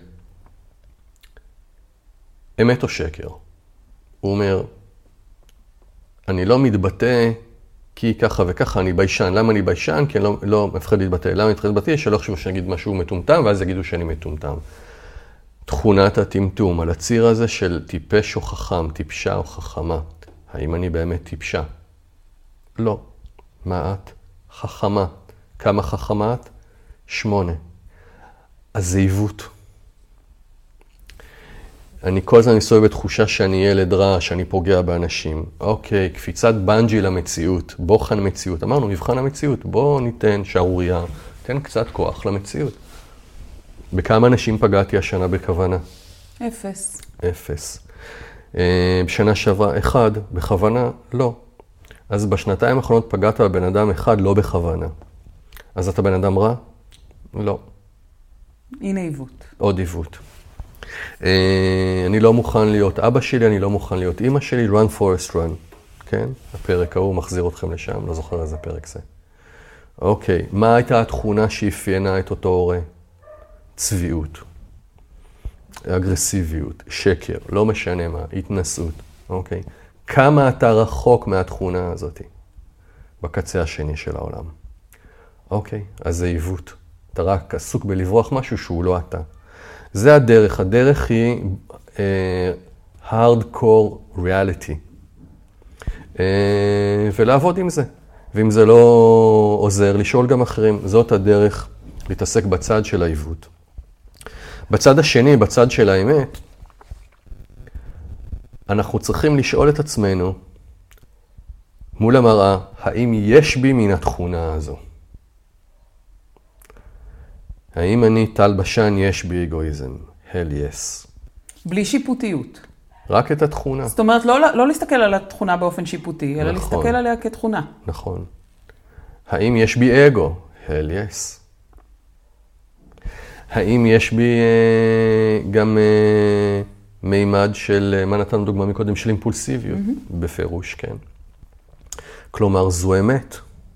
אמת או שקר? הוא אומר, אני לא מתבטא כי ככה וככה, אני ביישן. למה אני ביישן? כי אני לא מפחד להתבטא. למה אני מפחד להתבטא? שלא חשבו שאני אגיד משהו מטומטם, ואז יגידו שאני מטומטם. תכונת הטמטום, על הציר הזה של טיפש או חכם, טיפשה או חכמה. האם אני באמת טיפשה? לא. מה את? חכמה. כמה חכמה את? 8. אז זה עיוות. אני כל הזמן מסתובב בתחושה שאני ילד רע, שאני פוגע באנשים. אוקיי, קפיצת בנג'י למציאות, בוחן מציאות. אמרנו, מבחן המציאות, בוא ניתן שערוריה, תן קצת כוח למציאות. בכמה אנשים פגעתי השנה בכוונה? 0. 0. בשנה שעברה 1, בכוונה? לא. אז בשנתיים האחרונות פגעת בבן אדם 1 לא בכוונה. אז אתה בן אדם רע? לא. הנה עיוות. עוד עיוות. אני לא מוכן להיות אבא שלי, אני לא מוכן להיות אמא שלי, run forest run. כן? הפרק ההוא מחזיר אתכם לשם, לא זוכר איזה פרק זה. אוקיי, מה הייתה התכונה שאפיינה את אותו הורה? צביעות, אגרסיביות, שקר, לא משנה מה, התנסות. אוקיי? כמה אתה רחוק מהתכונה הזאת? בקצה השני של העולם. אוקיי, אז זה עיוות. אתה רק עסוק בלברוח משהו שהוא לא אתה. זה הדרך. הדרך היא hardcore reality. ולעבוד עם זה. ואם זה לא עוזר, לשאול גם אחרים. זאת הדרך להתעסק בצד של העיוות. בצד השני, בצד של האמת, אנחנו צריכים לשאול את עצמנו, מול המראה, האם יש בי מן התכונה הזו? האם אני טל בשן יש בי אגואיזם? hell yes. בלי שיפוטיות. רק את התכונה. זאת אומרת, לא להסתכל על התכונה באופן שיפוטי, אלא נכון. להסתכל עליה כתכונה. נכון. האם יש בי אגו? hell yes. האם יש בי גם מימד של, מה נתנו דוגמה מקודם, של אימפולסיביות? בפירוש, כן. כלומר, זו אמת.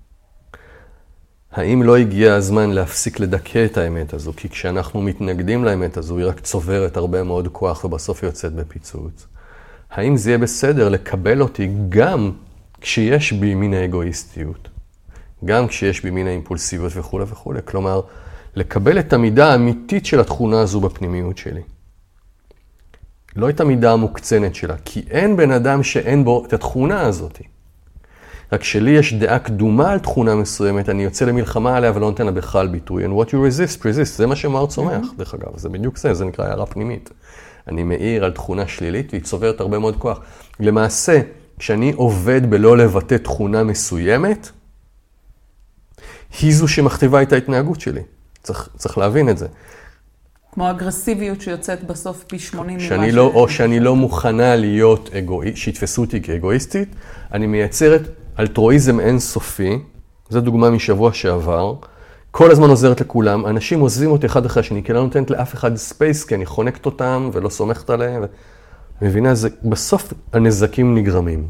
האם לא הגיע הזמן להפסיק לדכא את האמת הזו? כי כשאנחנו מתנגדים לאמת הזו, היא רק צוברת הרבה מאוד כוח ובסוף יוצאת בפיצוץ. האם זה יהיה בסדר לקבל אותי גם כשיש בי מין האגואיסטיות? גם כשיש בי מין האימפולסיביות וכו' וכו'. כלומר, לקבל את המידה האמיתית של התכונה הזו בפנימיות שלי. לא את המידה המוקצנת שלה, כי אין בן אדם שאין בו את התכונה הזאת. רק שלי יש דעה קדומה על תכונה מסוימת, אני יוצא למלחמה עליה ולא נותן לה בכלל ביטוי. And what you resist, זה מה שמאוד צומח, דרך אגב. זה בדיוק זה נקרא הערה פנימית. אני מאיר על תכונה שלילית והיא צוברת הרבה מאוד כוח. למעשה, כשאני עובד בלא לבטא תכונה מסוימת, היא זו שמכתיבה את ההתנהגות שלי. צריך להבין את זה. כמו אגרסיביות שיוצאת בסוף פי 80 או שאני לא מוכנה להיות שיתפסו אותי כאגואיסטית, אני מייצרת אלטרואיזם אינסופי, זו דוגמה משבוע שעבר, כל הזמן עוזרת לכולם, אנשים עוזבים אותי אחד אחרי השני, כי לא נותנת לאף אחד ספייס, כי אני חונקת אותם ולא סומכת עליהם, מבינה, בסוף הנזקים נגרמים.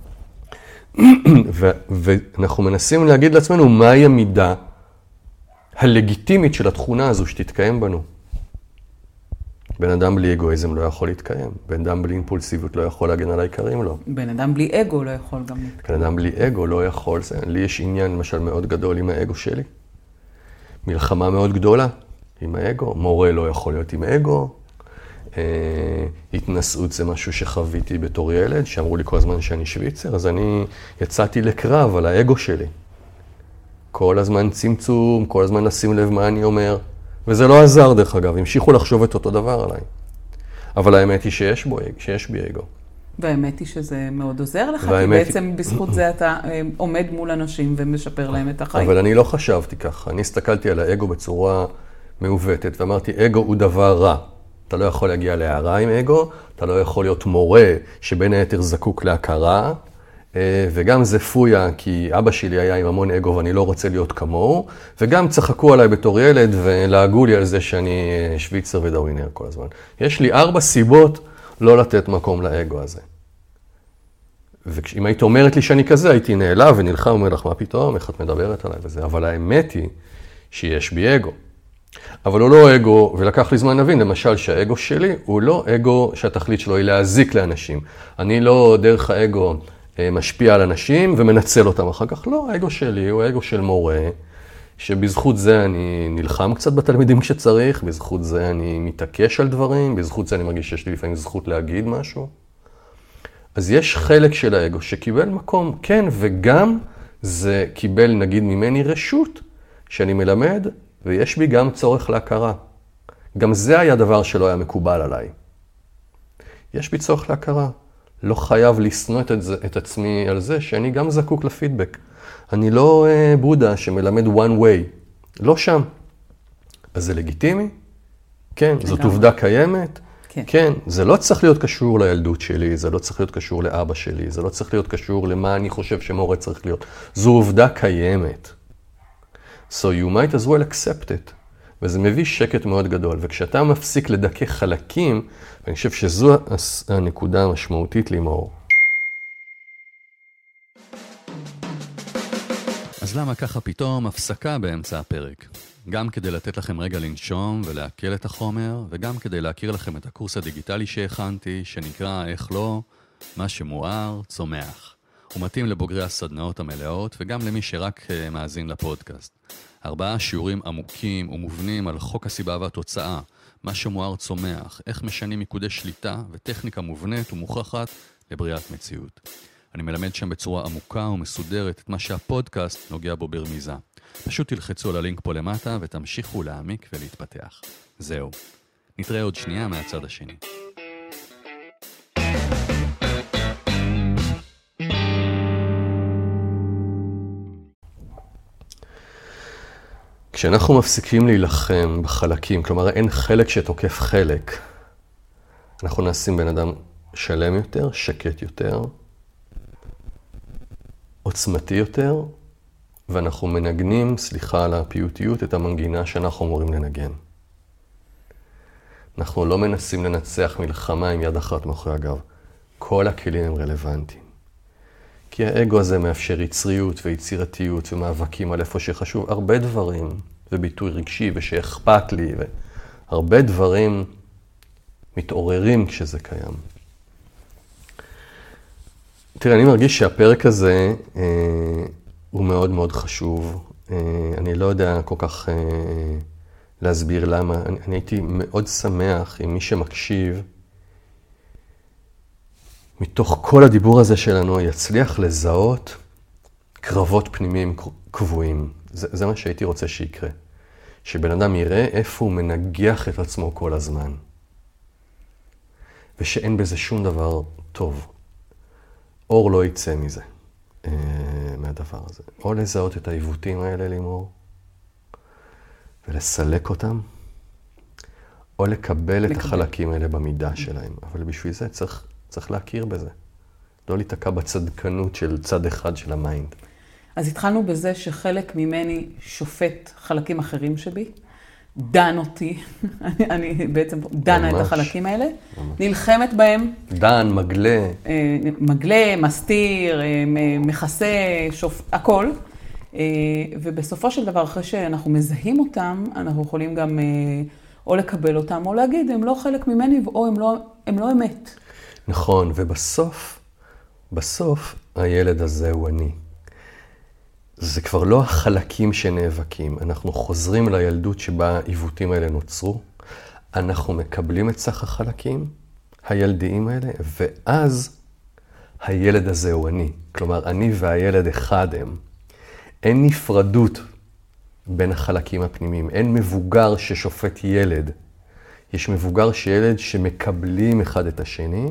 ואנחנו מנסים להגיד לעצמנו, מהי המידה הלגיטימית של התכונה הזו שתתקיים בנו. בן אדם בלי אגואיזם לא יכול להתקיים. בן אדם בלי אימפולסיביות לא יכול להגן על העיקרים לו. בן אדם בלי אגו לא יכול גם להתקיים. בן אדם בלי אגו לא יכול. לי יש עניין למשל מאוד גדול עם האגו שלי. מלחמה מאוד גדולה עם האגו. מורה לא יכול להיות עם אגו. התנסות זה משהו שחוויתי בתור ילד, שאמרו לי כל הזמן שאני שוויצר, אז אני יצאתי לקרב על האגו שלי. כל הזמן צמצום, כל הזמן לשים לב מה אני אומר. וזה לא עזר דרך אגב, המשיכו לחשוב את אותו דבר עליי. אבל האמת היא שיש בי אגו. והאמת היא שזה מאוד עוזר לך, כי בעצם בזכות זה אתה עומד מול אנשים ומשפר להם את החיים. אבל אני לא חשבתי ככה, אני הסתכלתי על האגו בצורה מעוותת, ואמרתי, אגו הוא דבר רע. אתה לא יכול להגיע להערה עם אגו, אתה לא יכול להיות מורה שבין היתר זקוק להכרה, וגם זה פויה, כי אבא שלי היה עם המון אגו ואני לא רוצה להיות כמוהו, וגם צחקו עליי בתור ילד ולהגו לי על זה שאני שוויצר ודאווינר כל הזמן. יש לי 4 סיבות לא לתת מקום לאגו הזה. ואם היית אומרת לי שאני כזה, הייתי נעלב ונלחם ואומר לך, מה פתאום, איך את מדברת עליי וזה. אבל האמת היא שיש בי אגו. אבל הוא לא אגו, ולקח לי זמן להבין, למשל שהאגו שלי הוא לא אגו שהתכלית שלו היא להזיק לאנשים. אני לא דרך האגו משפיע על אנשים ומנצל אותם אחר כך. לא, האגו שלי הוא האגו של מורה, שבזכות זה אני נלחם קצת בתלמידים כשצריך, בזכות זה אני מתעקש על דברים, בזכות זה אני מרגיש שיש לי לפעמים זכות להגיד משהו. אז יש חלק של האגו שקיבל מקום, כן, וגם זה קיבל נגיד ממני רשות, שאני מלמד, ויש בי גם צורך להכרה. גם זה היה דבר שלא היה מקובל עליי. יש בי צורך להכרה. לא חייב לשנוא את עצמי על זה שאני גם זקוק לפידבק. אני לא בודה שמלמד one way. לא שם. אז זה לגיטימי? כן. זאת עובדה קיימת? כן. זה לא צריך להיות קשור לילדות שלי, זה לא צריך להיות קשור לאבא שלי, זה לא צריך להיות קשור למה אני חושב שמורה צריך להיות. זו עובדה קיימת. So you might as well accept it. וזה מביא שקט מאוד גדול. וכשאתה מפסיק לדכא חלקים, ואני חושב שזו הנקודה המשמעותית לימור. אז למה ככה פתאום הפסקה באמצע הפרק? גם כדי לתת לכם רגע לנשום ולהקל את החומר, וגם כדי להכיר לכם את הקורס הדיגיטלי שהכנתי, שנקרא איך לא, מה שמואר צומח. הוא מתאים לבוגרי הסדנאות המלאות, וגם למי שרק מאזין לפודקאסט. 4 שיעורים עמוקים ומובנים על חוק הסיבה והתוצאה, מה שמואר צומח, איך משנים מיקודי שליטה וטכניקה מובנית ומוכחת לבריאת מציאות. אני מלמד שם בצורה עמוקה ומסודרת את מה שהפודקאסט נוגע בו ברמיזה. פשוט תלחצו על הלינק פה למטה ותמשיכו להעמיק ולהתפתח. זהו. נתראה עוד שנייה מהצד השני. כשאנחנו מפסיקים להילחם בחלקים, כלומר אין חלק שתוקף חלק, אנחנו נעשים בן אדם שלם יותר, שקט יותר, עוצמתי יותר, ואנחנו מנגנים, סליחה על הפיוטיות, את המנגינה שאנחנו אמורים לנגן. אנחנו לא מנסים לנצח מלחמה עם יד אחת מאחורי הגב. כל הכלים הם רלוונטיים. כי האגו הזה מאפשר יצריות ויצירתיות ומאבקים על איפה שחשוב. הרבה דברים, וביטוי רגשי ושאכפת לי, והרבה דברים מתעוררים כשזה קיים. תראה, אני מרגיש שהפרק הזה הוא מאוד מאוד חשוב. אני לא יודע כל כך להסביר למה. אני הייתי מאוד שמח אם מי שמקשיב, מתוך כל הדיבור הזה שלנו, יצליח לזהות קרבות פנימיים קבועים. זה מה שהייתי רוצה שיקרה. שבן אדם יראה איפה הוא מנגח את עצמו כל הזמן. ושאין בזה שום דבר טוב. אור לא יצא מזה, מהדבר הזה. או לזהות את העיוותים האלה, לימור, ולסלק אותם, או לקבל את החלקים האלה במידה שלהם. אבל בשביל זה צריך להכיר בזה. לא להתעקע בצדקנות של צד אחד של המיינד. אז התחלנו בזה שחלק ממני שופט חלקים אחרים שבי, דן אותי, אני בעצם דנה את החלקים האלה, נלחמת בהם. דן, מגלה. מגלה, מסתיר, מכסה, הכל. ובסופו של דבר, אחרי שאנחנו מזהים אותם, אנחנו יכולים גם או לקבל אותם, או להגיד, הם לא חלק ממני, או הם לא אמת. נכון, בסוף הילד הזה הוא אני. זה כבר לא החלקים שנאבקים. אנחנו חוזרים לילדות שבה העיוותים האלה נוצרו. אנחנו מקבלים את סך החלקים, הילדיים האלה, ואז הילד הזה הוא אני. כלומר, אני והילד אחד הם. אין נפרדות בין החלקים הפנימיים. אין מבוגר ששופט ילד. יש מבוגר שילד שמקבלים אחד את השני,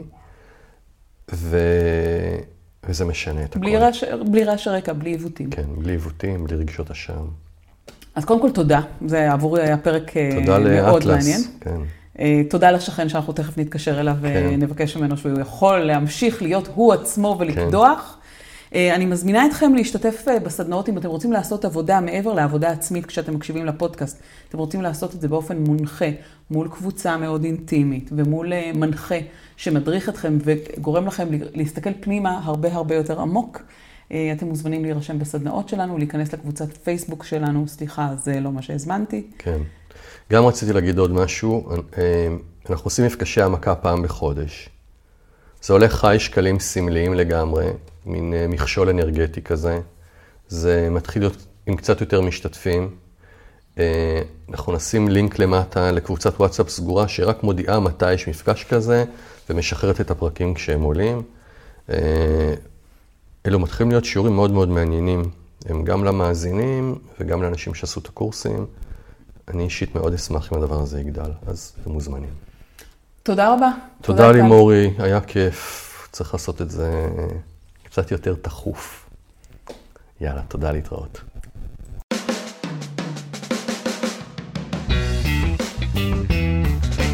וזה משנה את הכל. בלי רעש הרקע, בלי עיוותים. כן, בלי עיוותים, בלי רגשות אשם. אז קודם כל תודה, זה עבורי היה פרק תודה מאוד לאטלס, מעניין. כן. תודה לשכן שאנחנו תכף נתקשר אליו ונבקש ממנו שהוא יכול להמשיך להיות הוא עצמו ולקדוח. אני מזמינה אתכם להשתתף בסדנאות אם אתם רוצים לעשות עבודה מעבר לעבודה עצמית כשאתם מקשיבים לפודקאסט. אתם רוצים לעשות את זה באופן מונחה, מול קבוצה מאוד אינטימית ומול מנחה שמדריך אתכם וגורם לכם להסתכל פנימה הרבה הרבה יותר עמוק. אתם מוזמנים להירשם בסדנאות שלנו, להיכנס לקבוצת פייסבוק שלנו. סליחה, זה לא מה שהזמנתי. כן. גם רציתי להגיד עוד משהו. אנחנו עושים מפגשי העמקה פעם בחודש. זה עולה חי שקלים סמליים לגמרי, מין מכשול אנרגטי כזה. זה מתחיל להיות עם קצת יותר משתתפים. אנחנו נשים לינק למטה לקבוצת וואטסאפ סגורה, שרק מודיעה מתי יש מפגש כזה, ומשחררת את הפרקים כשהם עולים. אלו מתחילים להיות שיעורים מאוד מאוד מעניינים. הם גם למאזינים וגם לאנשים שעשו את הקורסים. אני אישית מאוד אשמח אם הדבר הזה יגדל, אז אתם מוזמנים. תודה רבה. תודה לימורי, היה כיף. צריך לעשות את זה קצת יותר תחוף. יאללה, תודה, להתראות.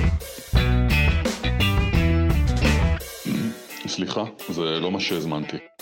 סליחה, זה לא מה שהזמנתי.